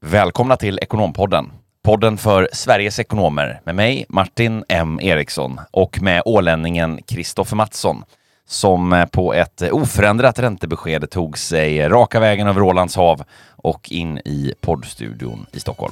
Välkomna till Ekonompodden. Podden för Sveriges ekonomer med mig, Martin M. Eriksson, och med ålänningen Kristoffer Mattsson, som på ett oförändrat räntebesked tog sig raka vägen över Ålands hav och in i poddstudion i Stockholm.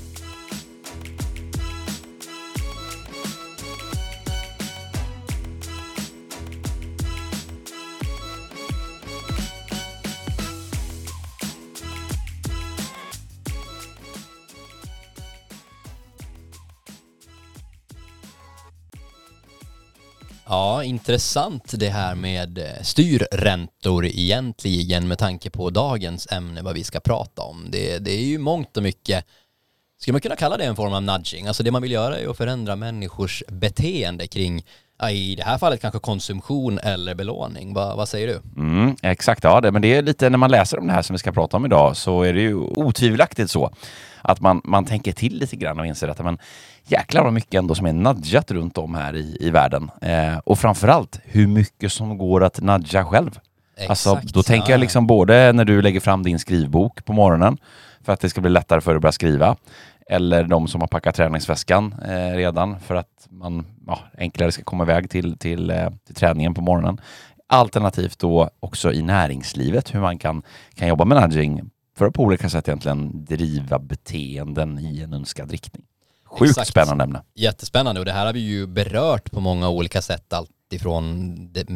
Ja, intressant det här med styrräntor egentligen med tanke på dagens ämne, vad vi ska prata om. Det är ju mångt och mycket, ska man kunna kalla det en form av nudging? Alltså det man vill göra är att förändra människors beteende kring, i det här fallet kanske konsumtion eller belåning. Vad säger du? Exakt, ja. Men det är lite, när man läser om det här som vi ska prata om idag, så är det ju otvivelaktigt så att man tänker till lite grann och inser att jäklar vad mycket ändå som är nudgat runt om här i världen. Och framförallt hur mycket som går att nudga själv. Exakt, alltså, då tänker jag liksom både när du lägger fram din skrivbok på morgonen för att det ska bli lättare för dig att börja skriva, eller de som har packat träningsväskan redan för att man enklare ska komma iväg till träningen på morgonen. Alternativt då också i näringslivet, hur man kan jobba med nudging för att på olika sätt egentligen driva beteenden i en önskad riktning. Sjukt Exakt. Spännande ämne. Jättespännande, och det här har vi ju berört på många olika sätt, allt ifrån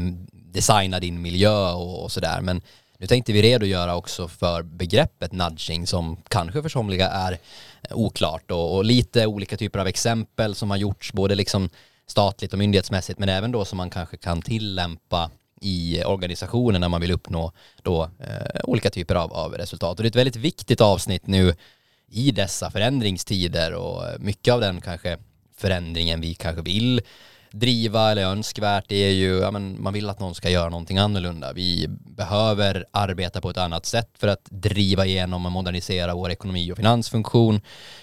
designa din miljö och sådär. Men nu tänkte vi redogöra också för begreppet nudging som kanske för somliga är oklart, och lite olika typer av exempel som har gjorts både liksom statligt och myndighetsmässigt, men även då som man kanske kan tillämpa i organisationen när man vill uppnå då olika typer av resultat. Och det är ett väldigt viktigt avsnitt nu i dessa förändringstider, och mycket av den kanske förändringen vi kanske vill driva eller önskvärt är ju, man vill att någon ska göra någonting annorlunda. Vi behöver arbeta på ett annat sätt för att driva igenom och modernisera vår ekonomi och finansfunktion.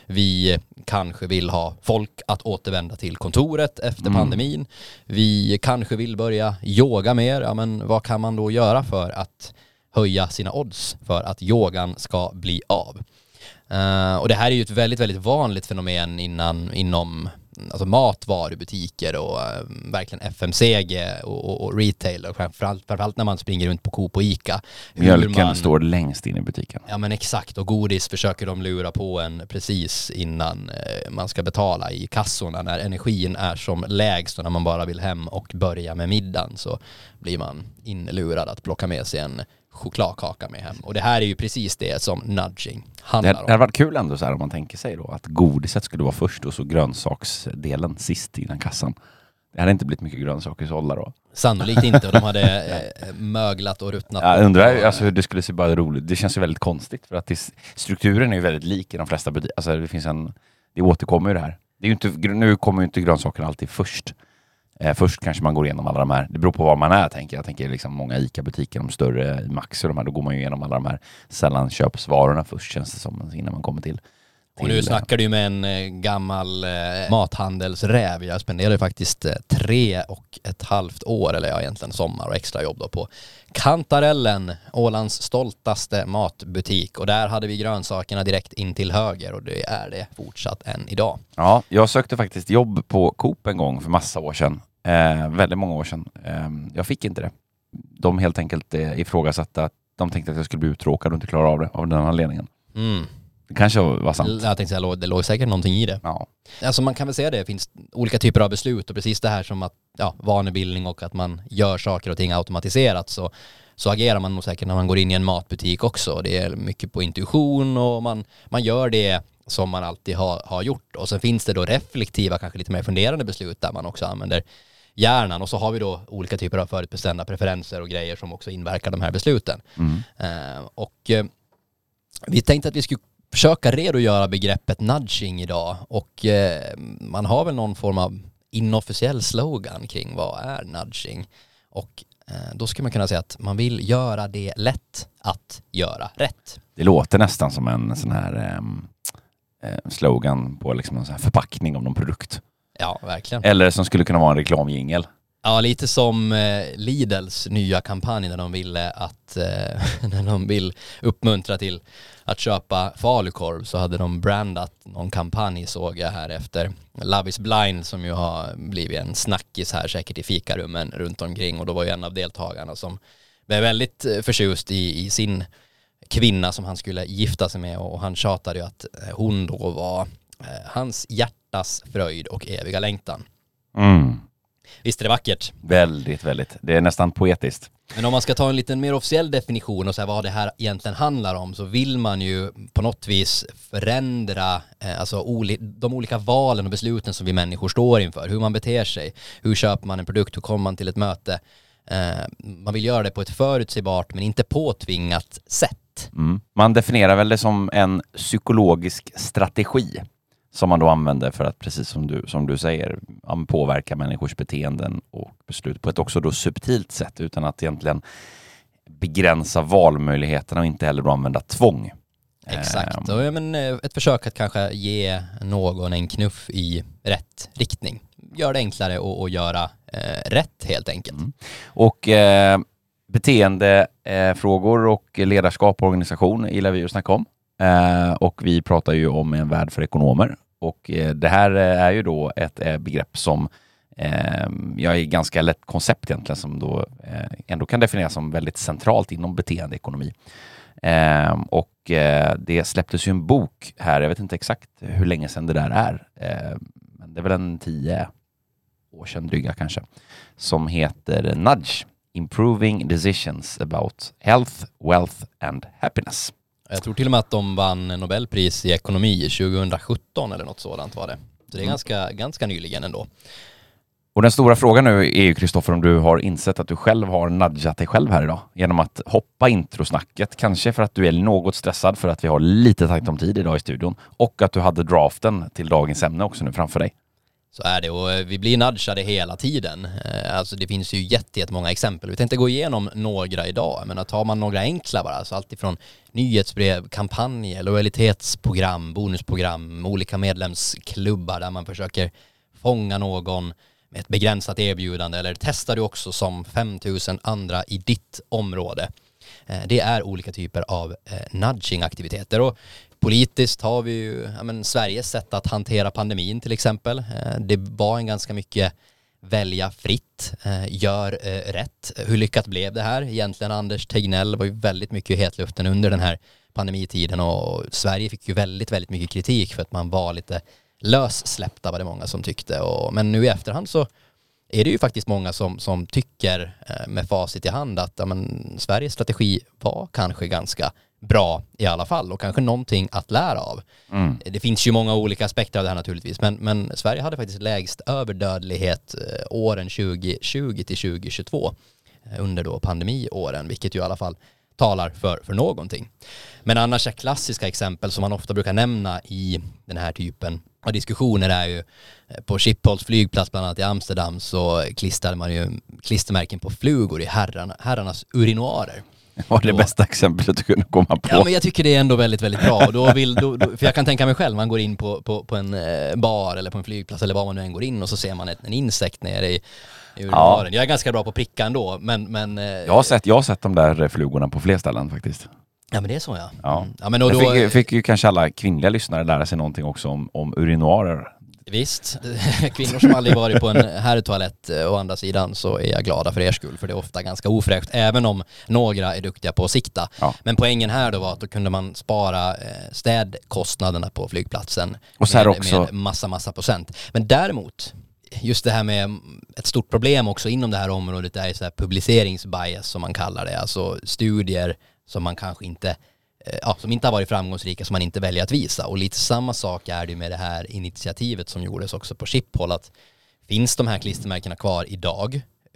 Vi kanske vill ha folk att återvända till kontoret efter pandemin. Vi kanske vill börja yoga mer. Men vad kan man då göra för att höja sina odds för att yogan ska bli av? Och det här är ju ett väldigt, väldigt vanligt fenomen inom alltså matvarubutiker och verkligen FMCG och retail, och framförallt när man springer runt på Coop och Ica. Mjölken står längst in i butiken. Ja, men exakt, och godis försöker de lura på en precis innan man ska betala i kassorna, när energin är som lägst och när man bara vill hem och börja med middagen, så blir man inlurad att plocka med sig en chokladkaka med hem. Och det här är ju precis det som nudging handlar om. Det hade varit kul ändå så här, om man tänker sig då att godiset skulle vara först och så grönsaksdelen sist innan kassan. Det hade inte blivit mycket grönsaker då. Sannolikt inte, och de hade möglat och ruttnat. Jag undrar alltså hur det skulle se bara roligt. Det känns ju väldigt konstigt, för att strukturen är ju väldigt lik i de flesta butiker. Alltså det återkommer ju det här. Det är ju inte, nu kommer ju inte grönsakerna alltid först. Först kanske man går igenom alla de här. Det beror på var man är, tänker jag. Jag tänker liksom många ICA-butiker, de större Max och de här, då går man ju igenom alla de här sällanköpsvarorna först, känns det som, innan man kommer till. Och nu snackar du med en gammal mathandelsräv. Jag spenderade faktiskt 3,5 år, eller egentligen sommar och extrajobb då, på Kantarellen, Ålands stoltaste matbutik. Och där hade vi grönsakerna direkt in till höger, och det är det fortsatt än idag. Ja, jag sökte faktiskt jobb på Coop en gång för massa år sedan. Väldigt många år sedan. Jag fick inte det. De helt enkelt ifrågasatte att de tänkte att jag skulle bli uttråkad och inte klara av det av den anledningen. Det kanske var sant. Jag tänkte säga, det låg säkert någonting i det. Ja. Alltså man kan väl säga det finns olika typer av beslut, och precis det här som att vanebildning och att man gör saker och ting automatiserat, så agerar man nog säkert när man går in i en matbutik också. Det är mycket på intuition, och man gör det som man alltid har gjort. Och sen finns det då reflektiva, kanske lite mer funderande beslut där man också använder hjärnan, och så har vi då olika typer av förutbestämda preferenser och grejer som också inverkar de här besluten. Vi tänkte att vi skulle försöka redogöra begreppet nudging idag, och man har väl någon form av inofficiell slogan kring vad är nudging, och då ska man kunna säga att man vill göra det lätt att göra rätt. Det låter nästan som en sån här slogan på liksom en sån här förpackning av någon produkt. Ja, verkligen. Eller som skulle kunna vara en reklamjingel. Ja, lite som Lidls nya kampanj när de ville att när de vill uppmuntra till att köpa falukorv, så hade de brandat någon kampanj, såg jag här, efter Love is blind, som ju har blivit en snackis här säkert i fikarummen runt omkring, och då var ju en av deltagarna som var väldigt förtjust i sin kvinna som han skulle gifta sig med, och han tjatade ju att hon då var hans hjärtas fröjd och eviga längtan. Visst är det vackert? Väldigt, väldigt. Det är nästan poetiskt. Men om man ska ta en lite mer officiell definition och säga vad det här egentligen handlar om, så vill man ju på något vis förändra alltså de olika valen och besluten som vi människor står inför. Hur man beter sig, hur köper man en produkt, hur kommer man till ett möte. Man vill göra det på ett förutsägbart men inte påtvingat sätt. Man definierar väl det som en psykologisk strategi som man då använder för att, precis som du säger, påverka människors beteenden och beslut på ett också då subtilt sätt, utan att egentligen begränsa valmöjligheterna och inte heller då använda tvång. Exakt, men ett försök att kanske ge någon en knuff i rätt riktning. Gör det enklare att göra rätt helt enkelt. Och beteendefrågor och ledarskap och organisation gillar vi att snacka om. Och vi pratar ju om en värld för ekonomer. Och det här är ju då ett begrepp som är ganska lätt koncept egentligen, som då ändå kan definieras som väldigt centralt inom beteendeekonomi. Och det släpptes ju en bok här, jag vet inte exakt hur länge sedan det där är, men det är väl en 10 år sedan dryga kanske, som heter Nudge: Improving Decisions about Health, Wealth and Happiness. Jag tror till och med att de vann Nobelpris i ekonomi 2017 eller något sådant var det. Så det är ganska nyligen ändå. Och den stora frågan nu är ju, Kristoffer, om du har insett att du själv har nudgat dig själv här idag genom att hoppa introsnacket. Kanske för att du är något stressad för att vi har lite tajt om tid idag i studion, och att du hade draften till dagens ämne också nu framför dig. Så är det, och vi blir nudgade hela tiden. Alltså det finns ju jättemånga exempel. Vi tänkte gå igenom några idag, men tar man några enkla bara, alltså allt ifrån nyhetsbrev, kampanjer, lojalitetsprogram, bonusprogram, olika medlemsklubbar där man försöker fånga någon med ett begränsat erbjudande, eller testar du också som 5000 andra i ditt område. Det är olika typer av nudging-aktiviteter. Och politiskt har vi ju Sveriges sätt att hantera pandemin till exempel. Det var en ganska mycket välja fritt, gör rätt. Hur lyckat blev det här? Egentligen Anders Tegnell var ju väldigt mycket i hetluften under den här pandemitiden, och Sverige fick ju väldigt, väldigt mycket kritik för att man var lite lössläppta, var det många som tyckte. Men nu i efterhand så är det ju faktiskt många som tycker med facit i hand att Sveriges strategi var kanske ganska bra i alla fall, och kanske någonting att lära av. Det finns ju många olika aspekter av det här naturligtvis, men Sverige hade faktiskt lägst överdödlighet åren 2020 till 2022 under då pandemiåren, vilket ju i alla fall talar för någonting. Men annars är klassiska exempel som man ofta brukar nämna i den här typen av diskussioner är ju på Schiphols flygplats bland annat i Amsterdam, så klistrade man ju klistermärken på flugor i herrarnas urinoarer. Det var det bästa exemplet du kunde komma på. Ja, men jag tycker det är ändå väldigt, väldigt bra. Och för jag kan tänka mig själv, man går in på en bar eller på en flygplats eller var man nu än går in, och så ser man en insekt nere i urinaren. Jag är ganska bra på pricka ändå, men jag har sett de där flugorna på fler ställen faktiskt. Ja, men det är så, ja. Men fick ju kanske alla kvinnliga lyssnare lära sig någonting också om urinarer. Visst, kvinnor som aldrig varit på en herrtoalett, å andra sidan så är jag glada för er skull, för det är ofta ganska ofräscht, även om några är duktiga på att sikta. Ja. Men poängen här då var att då kunde man spara städkostnaderna på flygplatsen och så här med massa procent. Men däremot, just det här med ett stort problem också inom det här området är så här publiceringsbias som man kallar det, alltså studier som man kanske inte som inte har varit framgångsrika, som man inte väljer att visa. Och lite samma sak är det med det här initiativet som gjordes också på Schiphol, att finns de här klistermärkena kvar idag,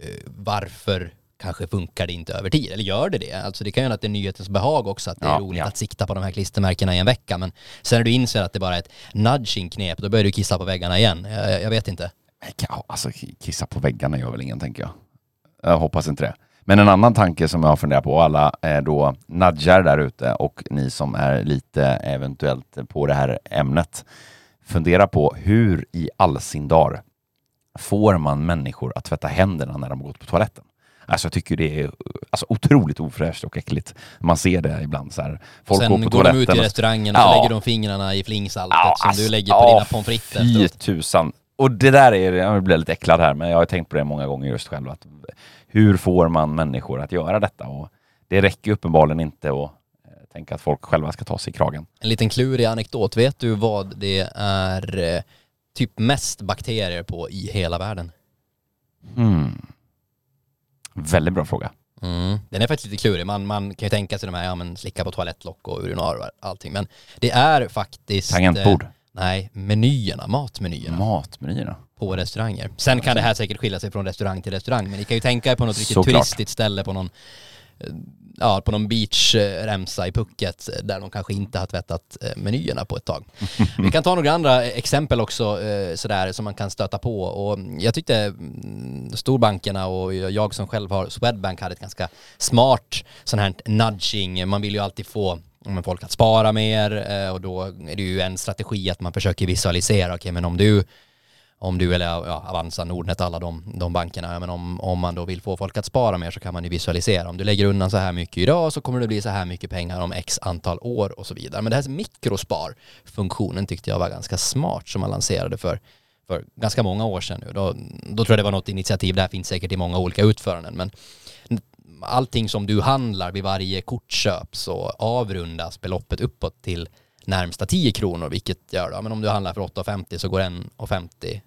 varför kanske funkar det inte över tid? Eller gör det? Alltså det kan ju att det är nyhetens behag också, att det är roligt att sikta på de här klistermärkena i en vecka, men sen när du inser att det bara är ett nudging-knep, då börjar du kissa på väggarna igen. Jag vet inte. Ja, alltså kissa på väggarna gör väl ingen, tänker jag. Jag hoppas inte det. Men en annan tanke som jag har funderat på, alla då nudgar där ute, och ni som är lite eventuellt på det här ämnet, fundera på hur i all sin dar får man människor att tvätta händerna när de går på toaletten? Alltså jag tycker det är otroligt ofräscht och äckligt. Man ser det ibland så här. Folk sen går på går toaletten. De ut i restaurangen och så lägger de fingrarna i flingsaltet som du lägger på dina pommes frites. Fy tusan. Och det där jag blir lite äcklad här, men jag har tänkt på det många gånger just själv. Att hur får man människor att göra detta? Och det räcker uppenbarligen inte att tänka att folk själva ska ta sig i kragen. En liten klurig anekdot. Vet du vad det är typ mest bakterier på i hela världen? Väldigt bra fråga. Den är faktiskt lite klurig. Man kan ju tänka sig de här, slicka på toalettlock och urinar och allting. Men det är faktiskt... Tangentbord? Nej, matmenyerna. På restauranger. Sen kan det här säkert skilja sig från restaurang till restaurang. Men ni kan ju tänka er på något riktigt turistigt ställe på någon beachremsa i Phuket där de kanske inte har tvättat menyerna på ett tag. Vi kan ta några andra exempel också sådär som man kan stöta på. Och jag tyckte storbankerna och jag som själv har Swedbank hade ett ganska smart sån här nudging. Man vill ju alltid få folk att spara mer och då är det ju en strategi att man försöker visualisera. Okej, men om du eller Avanza, Nordnet, alla de bankerna, men om man då vill få folk att spara mer så kan man ju visualisera. Om du lägger undan så här mycket idag så kommer det bli så här mycket pengar om x antal år och så vidare. Men det här mikrosparfunktionen tyckte jag var ganska smart som man lanserade för ganska många år sedan nu. Då tror jag det var något initiativ, det här finns säkert i många olika utföranden, men allting som du handlar vid varje kortköp så avrundas beloppet uppåt till närmsta 10 kronor, vilket gör då, men om du handlar för 8,50 så går 1,50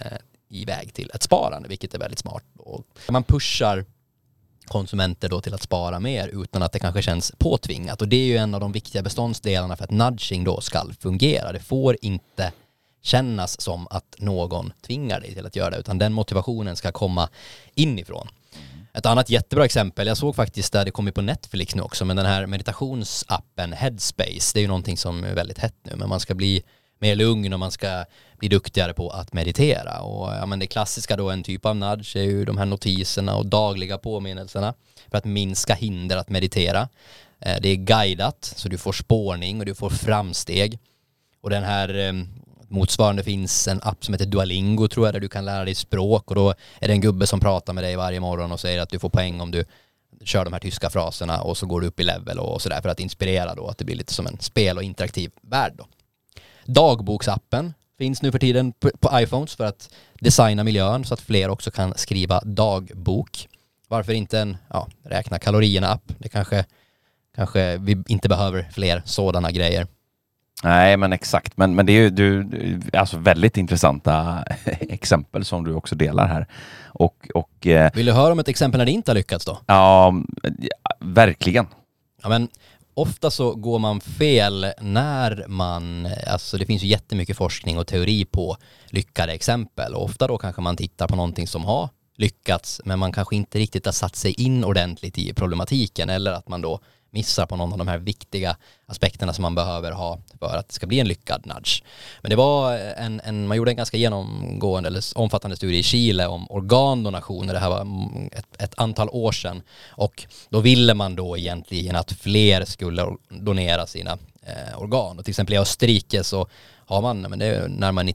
iväg till ett sparande, vilket är väldigt smart. Och man pushar konsumenter då till att spara mer utan att det kanske känns påtvingat, och det är ju en av de viktiga beståndsdelarna för att nudging då ska fungera. Det får inte kännas som att någon tvingar dig till att göra det, utan den motivationen ska komma inifrån. Ett annat jättebra exempel, jag såg faktiskt där det kommer på Netflix nu också, men den här meditationsappen Headspace, det är ju någonting som är väldigt hett nu, men man ska bli mer lugn och man ska bli duktigare på att meditera. Och men det klassiska då, en typ av nudge, är ju de här notiserna och dagliga påminnelserna för att minska hinder att meditera. Det är guidat, så du får spårning och du får framsteg. Och den här motsvarande finns en app som heter Duolingo, tror jag, där du kan lära dig språk, och då är det en gubbe som pratar med dig varje morgon och säger att du får poäng om du kör de här tyska fraserna, och så går du upp i level och sådär, för att inspirera då, att det blir lite som en spel och interaktiv värld då. Dagboksappen finns nu för tiden på iPhones för att designa miljön så att fler också kan skriva dagbok. Varför inte en räkna kalorierna-app? Det kanske vi inte behöver fler sådana grejer. Nej, men exakt. Men det är ju alltså väldigt intressanta exempel som du också delar här. Vill du höra om ett exempel när det inte har lyckats då? Ja, verkligen. Ja, men ofta så går man fel när man, alltså det finns ju jättemycket forskning och teori på lyckade exempel, och ofta då kanske man tittar på någonting som har lyckats, men man kanske inte riktigt har satt sig in ordentligt i problematiken, eller att man då missar på någon av de här viktiga aspekterna som man behöver ha för att det ska bli en lyckad nudge. Men det var man gjorde en ganska genomgående eller omfattande studie i Chile om organdonationer. Det här var ett antal år sedan, och då ville man då egentligen att fler skulle donera sina organ. Och till exempel i Österrike så har man, men det är närmare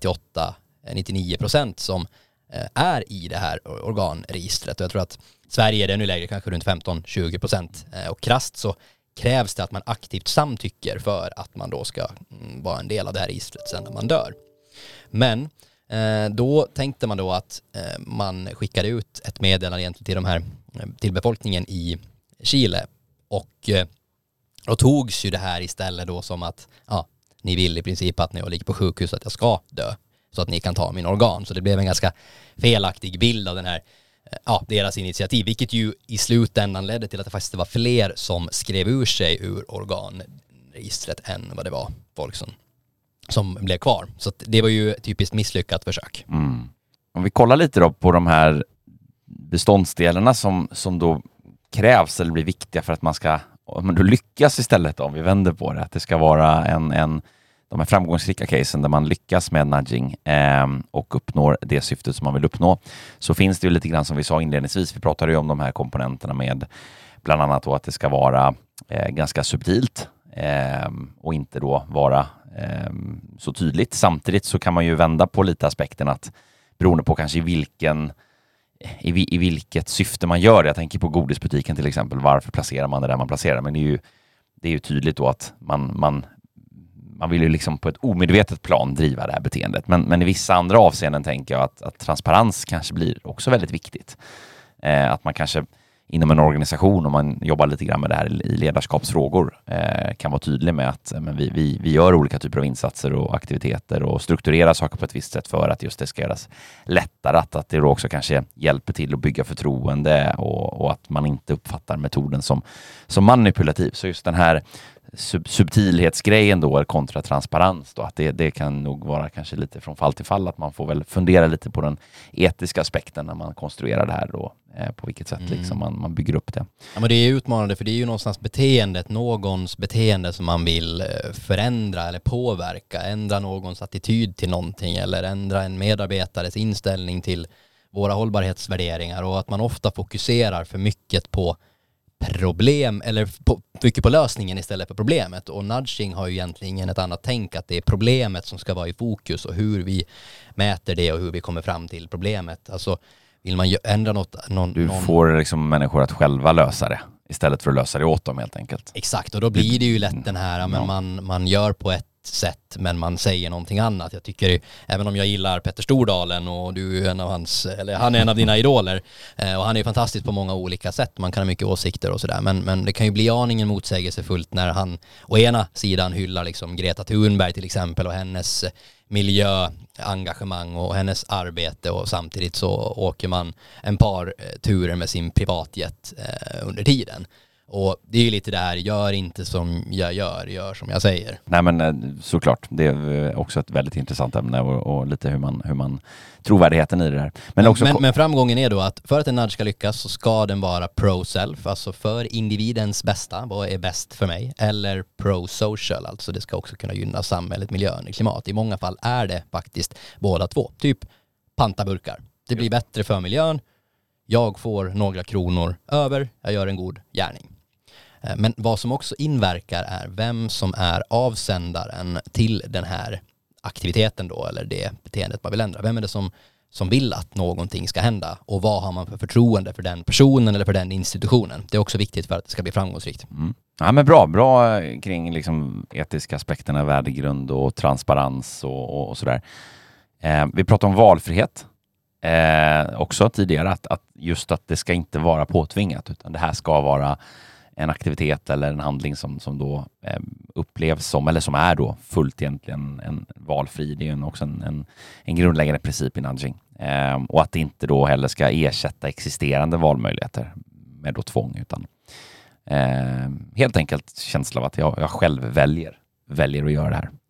98-99% som är i det här organregistret, och jag tror att Sverige är det ännu lägre, kanske runt 15-20%, och krasst så krävs det att man aktivt samtycker för att man då ska vara en del av det här registret sen när man dör. Men då tänkte man då att man skickade ut ett meddelande egentligen till befolkningen i Chile, och då togs ju det här istället då som att ni vill i princip att när jag ligger på sjukhus att jag ska dö, så att ni kan ta min organ. Så det blev en ganska felaktig bild av den här deras initiativ, vilket ju i slutändan ledde till att det faktiskt var fler som skrev ur sig ur organregistret än vad det var folk som blev kvar. Så det var ju typiskt misslyckat försök. Om vi kollar lite då på de här beståndsdelarna som då krävs eller blir viktiga för att man ska, men då lyckas istället, om vi vänder på det, att det ska vara de här framgångsrika casen där man lyckas med nudging och uppnår det syftet som man vill uppnå, så finns det ju lite grann som vi sa inledningsvis. Vi pratade ju om de här komponenterna med bland annat då att det ska vara ganska subtilt och inte då vara så tydligt. Samtidigt så kan man ju vända på lite aspekten att beroende på kanske i vilket syfte man gör det. Jag tänker på godisbutiken till exempel. Varför placerar man det där man placerar? Men det är ju tydligt då att man vill ju liksom på ett omedvetet plan driva det här beteendet. Men i vissa andra avseenden tänker jag att transparens kanske blir också väldigt viktigt. Att man kanske inom en organisation, om man jobbar lite grann med det här i ledarskapsfrågor, kan vara tydlig med att vi gör olika typer av insatser och aktiviteter och strukturerar saker på ett visst sätt för att just det ska göras lättare, att det då också kanske hjälper till att bygga förtroende och att man inte uppfattar metoden som manipulativ. Så just den här subtilhetsgrejen då kontra transparens då, att det kan nog vara kanske lite från fall till fall, att man får väl fundera lite på den etiska aspekten när man konstruerar det här då, på vilket sätt liksom man bygger upp det. Ja, men det är utmanande, för det är ju någonstans någons beteende som man vill förändra eller påverka, ändra någons attityd till någonting eller ändra en medarbetares inställning till våra hållbarhetsvärderingar, och att man ofta fokuserar för mycket på problem eller mycket på lösningen istället för problemet. Och nudging har ju egentligen ett annat tänk, att det är problemet som ska vara i fokus och hur vi mäter det och hur vi kommer fram till problemet. Alltså vill man ändra något... Du får liksom människor att själva lösa det istället för att lösa det åt dem helt enkelt. Exakt, och då blir det ju lätt den här, men man gör på ett sätt men man säger någonting annat. Jag tycker, även om jag gillar Petter Stordalen och du är han är en av dina idoler, och han är fantastisk på många olika sätt, man kan ha mycket åsikter och sådär, men det kan ju bli aningen motsägelsefullt när han å ena sidan hyllar liksom Greta Thunberg till exempel och hennes miljöengagemang och hennes arbete, och samtidigt så åker man en par turer med sin privatjet under tiden. Och det är ju lite det här, gör inte som jag gör som jag säger. Nej, men såklart, det är också ett väldigt intressant ämne och lite hur man trovärdigheten i det här. Men framgången är då att för att en nudge ska lyckas så ska den vara pro-self, alltså för individens bästa, vad är bäst för mig, eller pro-social, alltså det ska också kunna gynna samhället, miljön och klimat. I många fall är det faktiskt båda två. Typ pantaburkar. Det blir bättre för miljön, jag får några kronor över, jag gör en god gärning. Men vad som också inverkar är vem som är avsändaren till den här aktiviteten då, eller det beteendet man vill ändra. Vem är det som vill att någonting ska hända, och vad har man för förtroende för den personen eller för den institutionen? Det är också viktigt för att det ska bli framgångsrikt. Ja, men bra kring liksom etiska aspekterna, värdegrund och transparens och sådär. Vi pratar om valfrihet också tidigare, att just att det ska inte vara påtvingat, utan det här ska vara en aktivitet eller en handling som då upplevs som, eller som är då fullt egentligen en valfri. Det är ju också en grundläggande princip i nudging. Och att det inte då heller ska ersätta existerande valmöjligheter med då tvång, utan helt enkelt känsla av att jag själv väljer att göra det här.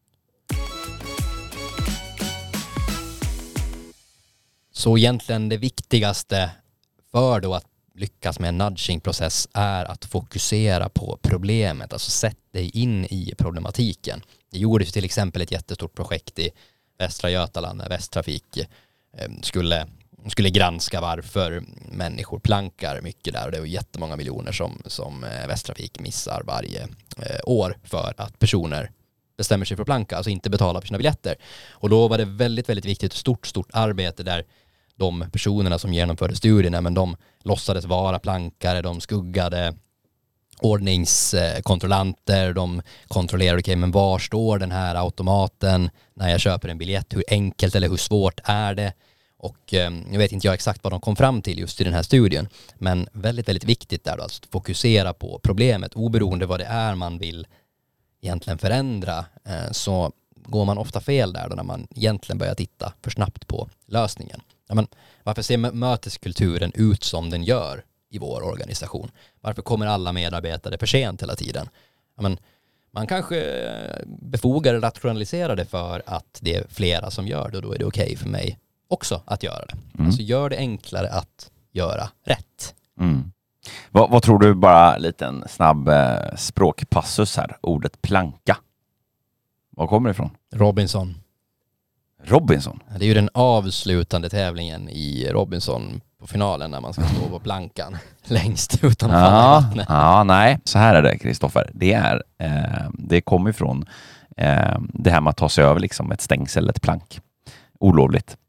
Så egentligen det viktigaste för då att lyckas med en nudging-process är att fokusera på problemet, alltså sätt dig in i problematiken. Det gjordes till exempel ett jättestort projekt i Västra Götaland när Västtrafik skulle granska varför människor plankar mycket där, och det är jättemånga miljoner som Västtrafik missar varje år för att personer bestämmer sig för att planka, alltså inte betala för sina biljetter. Och då var det väldigt, väldigt viktigt, stort arbete där de personerna som genomförde studierna, men de låtsades vara plankare, de skuggade ordningskontrollanter, de kontrollerade, okej, men var står den här automaten när jag köper en biljett, hur enkelt eller hur svårt är det? Och jag vet inte exakt vad de kom fram till just i den här studien, men väldigt, väldigt viktigt där då, alltså att fokusera på problemet, oberoende vad det är man vill egentligen förändra, så går man ofta fel där då när man egentligen börjar titta för snabbt på lösningen. Ja, men varför ser möteskulturen ut som den gör i vår organisation? Varför kommer alla medarbetare för sent hela tiden? Ja, men man kanske befogar och rationaliserar det för att det är flera som gör det, och då är det okej för mig också att göra det. Alltså gör det enklare att göra rätt. Vad tror du, bara en liten snabb språkpassus här, ordet planka? Var kommer det ifrån? Robinson. Det är ju den avslutande tävlingen i Robinson på finalen när man ska stå på plankan längst utan att falla i vattnet. Ja, nej. Så här är det, Kristoffer. Det kommer ifrån det här med att ta sig över liksom ett stängsel, ett plank. Olovligt.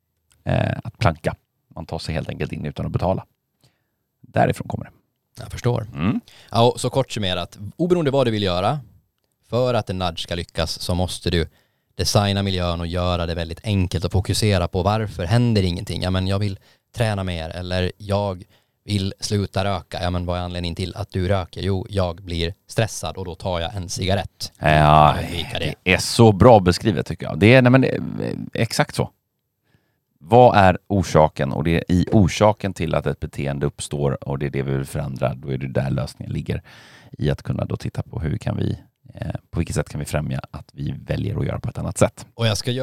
att planka. Man tar sig helt enkelt in utan att betala. Därifrån kommer det. Jag förstår. Ja, så kort summerat, oberoende vad du vill göra, för att en nudge ska lyckas så måste du designa miljön och göra det väldigt enkelt och fokusera på varför händer ingenting. Ja, men jag vill träna mer, eller jag vill sluta röka. Ja, men vad är anledningen till att du röker? Jo, jag blir stressad och då tar jag en cigarett. Ja, det är så bra beskrivet tycker jag. Det är exakt så. Vad är orsaken? Och det är i orsaken till att ett beteende uppstår och det är det vi vill förändra. Då är det där lösningen ligger i att kunna då titta på hur kan vi, på vilket sätt kan vi främja att vi väljer att göra på ett annat sätt. Och jag ska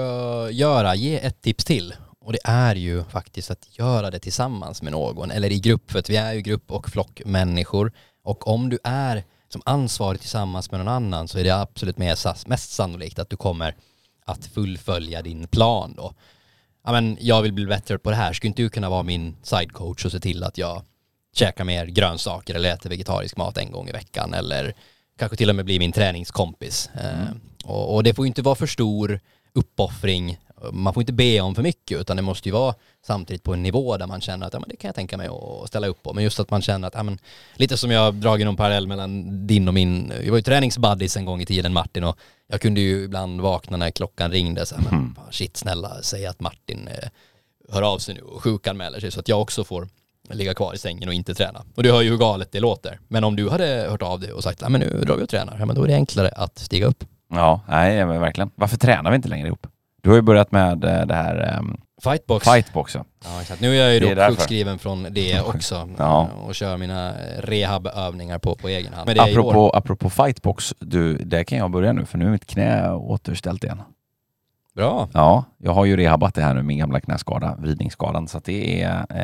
ge ett tips till. Och det är ju faktiskt att göra det tillsammans med någon eller i grupp, för att vi är ju grupp- och flockmänniskor. Och om du är som ansvarig tillsammans med någon annan så är det absolut mest sannolikt att du kommer att fullfölja din plan då. Ja, men jag vill bli bättre på det här. Skulle inte du kunna vara min sidecoach och se till att jag käkar mer grönsaker eller äter vegetarisk mat en gång i veckan, eller kanske till och med bli min träningskompis. Och det får ju inte vara för stor uppoffring. Man får inte be om för mycket, utan det måste ju vara samtidigt på en nivå där man känner att ja, men det kan jag tänka mig att ställa upp på. Men just att man känner att ja, men, lite som jag har dragit någon parallell mellan din och min. Vi var ju träningsbuddies en gång i tiden, Martin, och jag kunde ju ibland vakna när klockan ringde så här, men shit, snälla säg att Martin hör av sig nu och sjukanmäler sig så att jag också får ligga kvar i sängen och inte träna. Och du hör ju hur galet det låter. Men om du hade hört av dig och sagt ja, men nu drar vi och tränar, ja, men då är det enklare att stiga upp. Ja, nej, men verkligen. Varför tränar vi inte längre ihop? Du har ju börjat med det här Fightbox. Ja, exakt. Nu är jag ju då sjukskriven från det också. Ja. Och kör mina rehabövningar på egen hand. Men det apropå Fightbox, där kan jag börja nu, för nu är mitt knä återställt igen. Bra. Ja, jag har ju rehabat det här nu, min gamla knäskada, vridningsskadan, så att det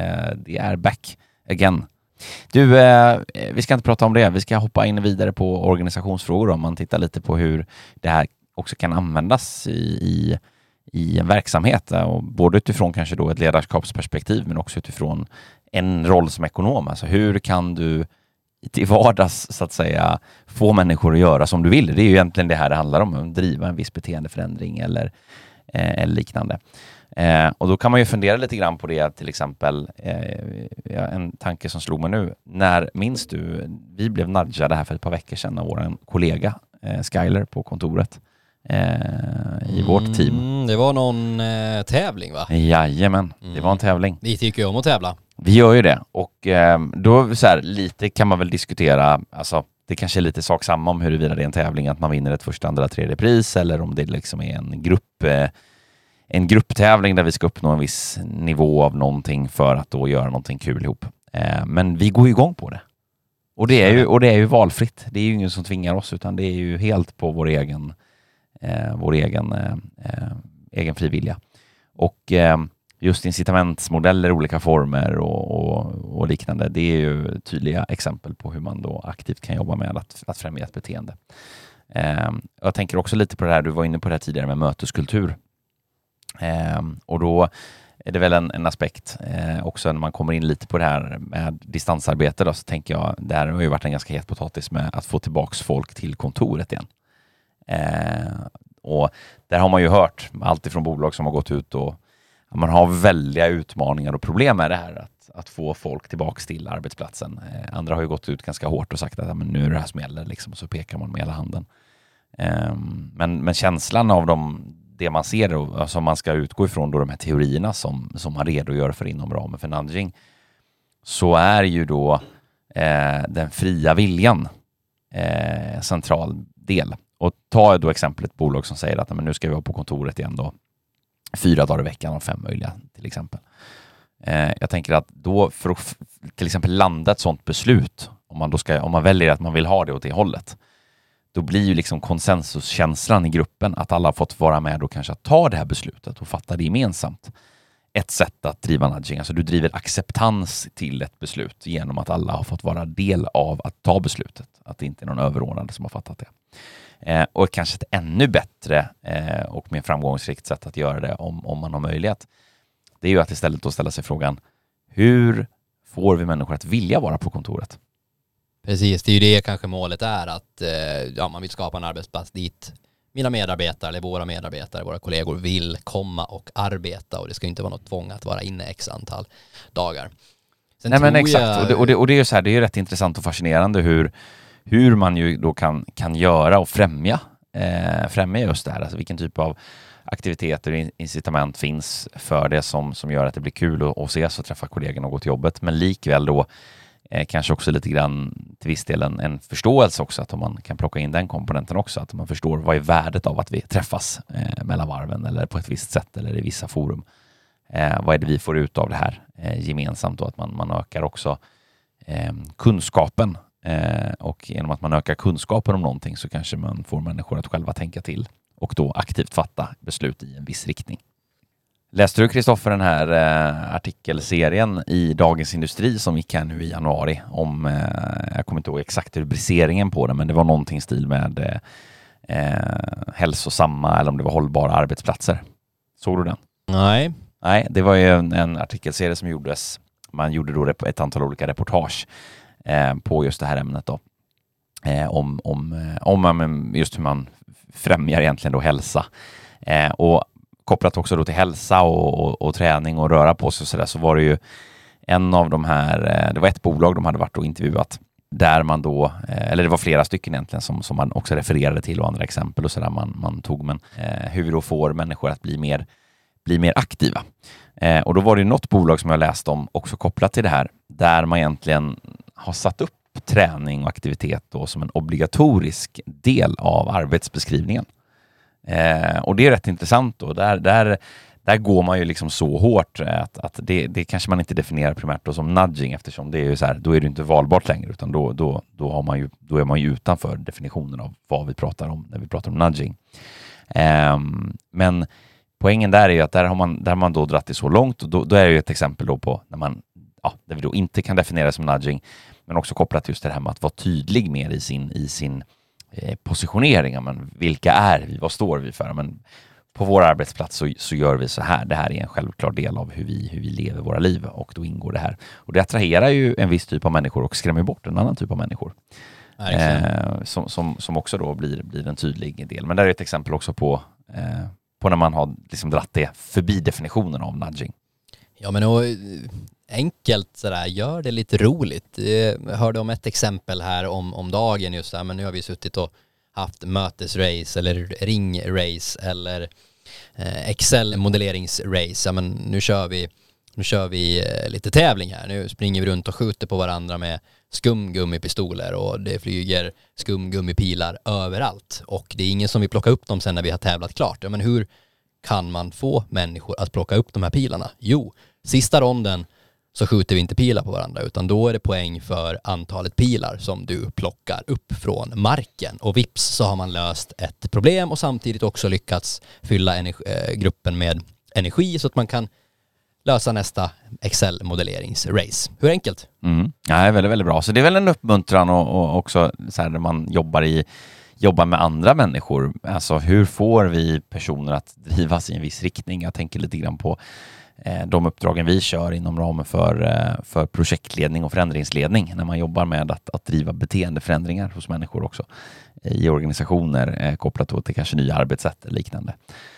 är back again. Du, vi ska inte prata om det. Vi ska hoppa in vidare på organisationsfrågor om man tittar lite på hur det här också kan användas i en verksamhet, och både utifrån kanske då ett ledarskapsperspektiv men också utifrån en roll som ekonom. Alltså hur kan du till vardags så att säga få människor att göra som du vill? Det är ju egentligen det här det handlar om, att driva en viss beteendeförändring eller liknande. Och då kan man ju fundera lite grann på det, till exempel en tanke som slog mig nu. När minns du, vi blev nudgade här för ett par veckor sedan av vår kollega Skyler på kontoret i vårt team. Det var någon tävling, va? Jajamän, det var en tävling. Vi tycker ju om att tävla. Vi gör ju det, och då så här, lite kan man väl diskutera, alltså det kanske är lite sak samma om huruvida det är en tävling att man vinner ett första, andra, tredje pris, eller om det liksom är en grupptävling där vi ska uppnå en viss nivå av någonting för att då göra någonting kul ihop. Men vi går ju igång på det. Och det är ju valfritt. Det är ju ingen som tvingar oss, utan det är ju helt på vår egen frivilliga. Och just incitamentsmodeller i olika former och liknande, det är ju tydliga exempel på hur man då aktivt kan jobba med att främja ett beteende. Jag tänker också lite på det här, du var inne på det här tidigare med möteskultur. Och då är det väl en aspekt också när man kommer in lite på det här med distansarbete då, så tänker jag, det här har ju varit en ganska het potatis med att få tillbaks folk till kontoret igen. Och där har man ju hört allt ifrån bolag som har gått ut och man har väldiga utmaningar och problem med det här att få folk tillbaks till arbetsplatsen. Andra har ju gått ut ganska hårt och sagt att men nu är det här som gäller liksom, och så pekar man med hela handen. Men känslan av det man ser och som man ska utgå ifrån då, de här teorierna som man redogör för inom ramen för nudging, så är ju då den fria viljan central del. Och ta då exempel ett bolag som säger att men nu ska vi vara på kontoret igen då 4 dagar i veckan och 5 möjliga till exempel. Jag tänker att då för att till exempel landa ett sådant beslut, om man väljer att man vill ha det åt det hållet, då blir ju liksom konsensuskänslan i gruppen att alla har fått vara med och kanske ta det här beslutet och fatta det gemensamt. Ett sätt att driva nudging. Alltså du driver acceptans till ett beslut genom att alla har fått vara del av att ta beslutet. Att det inte är någon överordnad som har fattat det. Och kanske ett ännu bättre och mer framgångsrikt sätt att göra det om man har möjlighet. Det är ju att istället då ställa sig frågan, hur får vi människor att vilja vara på kontoret? Precis, det är ju det kanske målet är, att man vill skapa en arbetsplats dit mina medarbetare eller våra medarbetare, våra kollegor vill komma och arbeta, och det ska inte vara något tvång att vara inne x antal dagar. Sen Nej men exakt, och det är ju så här, det är ju rätt intressant och fascinerande hur man ju då kan göra och främja just det här, alltså vilken typ av aktiviteter och incitament finns för det som gör att det blir kul att ses och träffa kollegorna och gå till jobbet, men likväl då kanske också lite grann till viss del en förståelse också, att om man kan plocka in den komponenten också, att man förstår vad är värdet av att vi träffas mellan varven eller på ett visst sätt eller i vissa forum. Vad är det vi får ut av det här gemensamt, och att man ökar också kunskapen, och genom att man ökar kunskapen om någonting så kanske man får människor att själva tänka till och då aktivt fatta beslut i en viss riktning. Läste du, Kristoffer, den här artikelserien i Dagens Industri som gick här nu i januari om, jag kommer inte ihåg exakt rubriceringen på den, men det var någonting i stil med hälsosamma, eller om det var hållbara arbetsplatser. Såg du den? Nej, det var ju en artikelserie som gjordes. Man gjorde då ett antal olika reportage på just det här ämnet då. Om just hur man främjar egentligen då hälsa. Och kopplat också då till hälsa och träning och röra på sig och sådär, så var det ju en av de här, det var ett bolag de hade varit och intervjuat där man då, eller det var flera stycken egentligen som man också refererade till och andra exempel och sådär man tog, men hur vi då får människor att bli mer aktiva. Och då var det något bolag som jag läste om också kopplat till det här, där man egentligen har satt upp träning och aktivitet då som en obligatorisk del av arbetsbeskrivningen. Och det är rätt intressant, och där går man ju liksom så hårt att det kanske man inte definierar primärt då som nudging, eftersom det är ju så här, då är det inte valbart längre, utan då är man ju utanför definitionen av vad vi pratar om när vi pratar om nudging. Men poängen där är ju att där har man då dratt det så långt, och då är det ju ett exempel då på där vi då inte kan definiera det som nudging, men också kopplat just till det här med att vara tydlig mer i sin positionering. Men vilka är vi? Vad står vi för? Men på vår arbetsplats så gör vi så här. Det här är en självklar del av hur vi lever våra liv, och då ingår det här. Och det attraherar ju en viss typ av människor och skrämmer bort en annan typ av människor. Som också då blir en tydlig del. Men där är ett exempel också på när man har liksom dratt det förbi definitionen av nudging. Ja, men enkelt sådär, gör det lite roligt. Jag hörde om ett exempel här om dagen just där, men nu har vi suttit och haft mötesrace eller ringrace eller Excel-modelleringsrace. Ja, men nu kör vi lite tävling här. Nu springer vi runt och skjuter på varandra med skumgummipistoler, och det flyger skumgummipilar överallt. Och det är ingen som vill plocka upp dem sen när vi har tävlat klart. Ja, men hur kan man få människor att plocka upp de här pilarna? Jo, sista ronden så skjuter vi inte pilar på varandra, utan då är det poäng för antalet pilar som du plockar upp från marken. Och vips så har man löst ett problem och samtidigt också lyckats fylla gruppen med energi så att man kan lösa nästa Excel-modelleringsrace. Hur enkelt? Ja, det är väldigt, väldigt bra. Så det är väl en uppmuntran och också så här när man jobbar med andra människor. Alltså hur får vi personer att drivas i en viss riktning? Jag tänker lite grann på de uppdragen vi kör inom ramen för projektledning och förändringsledning, när man jobbar med att driva beteendeförändringar hos människor också i organisationer kopplat till kanske nya arbetssätt eller liknande.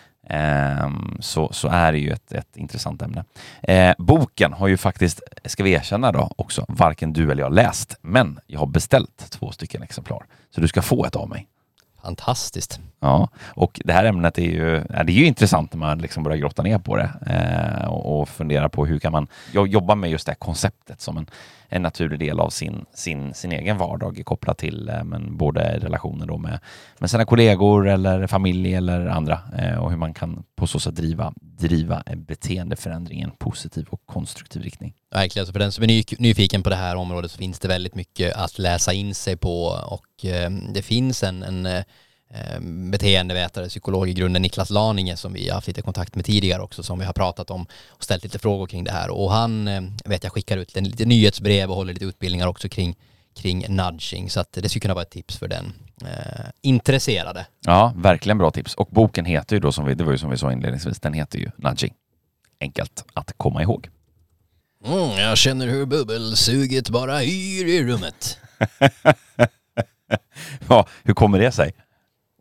Så är det ju ett intressant ämne. Boken har ju faktiskt, ska vi erkänna då också, varken du eller jag läst, men jag har beställt 2 stycken exemplar, så du ska få ett av mig. Fantastiskt. Ja, och det här ämnet är ju intressant när man liksom börjar grotta ner på det och fundera på hur kan man jobba med just det här konceptet som en naturlig del av sin egen vardag kopplat till men både relationer då med sina kollegor eller familj eller andra, och hur man kan på så sätt driva en beteendeförändring i en positiv och konstruktiv riktning. Verkligen, så för den som är nyfiken på det här området så finns det väldigt mycket att läsa in sig på, och det finns en beteendevetare, psykolog i grunden, Niklas Laninge, som vi har haft lite kontakt med tidigare också, som vi har pratat om och ställt lite frågor kring det här, och han jag skickar ut lite nyhetsbrev och håller lite utbildningar också kring nudging, så att det skulle kunna vara ett tips för den intresserade. Ja, verkligen bra tips. Och boken heter ju då, det var ju som vi sa inledningsvis, den heter ju Nudging. Enkelt att komma ihåg. Jag känner hur bubbelsuget bara yr i rummet. Ja, hur kommer det sig?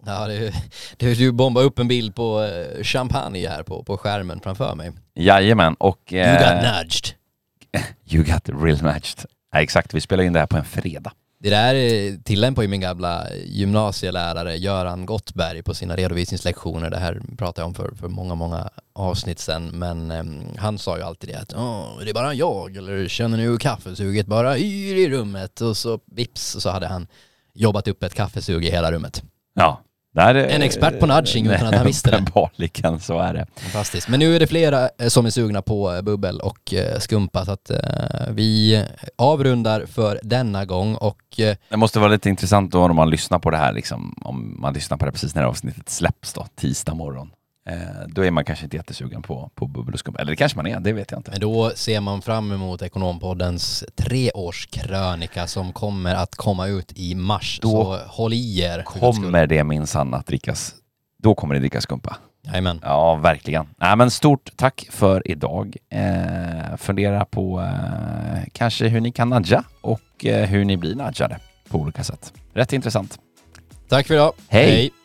Ja, du bombar upp en bild på champagne här på skärmen framför mig. Jajamän, och... You got nudged. You got real nudged. Ja, exakt, vi spelar in det här på en fredag. Det där tillämpar ju min gamla gymnasielärare Göran Gottberg på sina redovisningslektioner. Det här pratade jag om för många avsnitt sedan. Men han sa ju alltid det att det är bara jag, eller känner ni hur kaffesuget bara yr i rummet? Och så vips så hade han jobbat upp ett kaffesug i hela rummet. Ja. Där, en expert på nudging utan att han visste det. Uppenbarligen, så är det. Fantastiskt. Men nu är det flera som är sugna på bubbel och skumpa, så att vi avrundar för denna gång. Och det måste vara lite intressant då om man lyssnar på det här, liksom, om man lyssnar på det precis när avsnittet släpps då, tisdag morgon. Då är man kanske inte jättesugen på bubbel och skumpa. Eller det kanske man är, det vet jag inte. Men då ser man fram emot Ekonompoddens 3-årskrönika som kommer att komma ut i mars. Då så håll i er. Kommer det minsann att drickas. Då kommer det drickas skumpa. Jajamän. Ja, verkligen. Men stort tack för idag. Fundera på kanske hur ni kan nudga och hur ni blir nudgade på olika sätt. Rätt intressant. Tack för idag. Hej.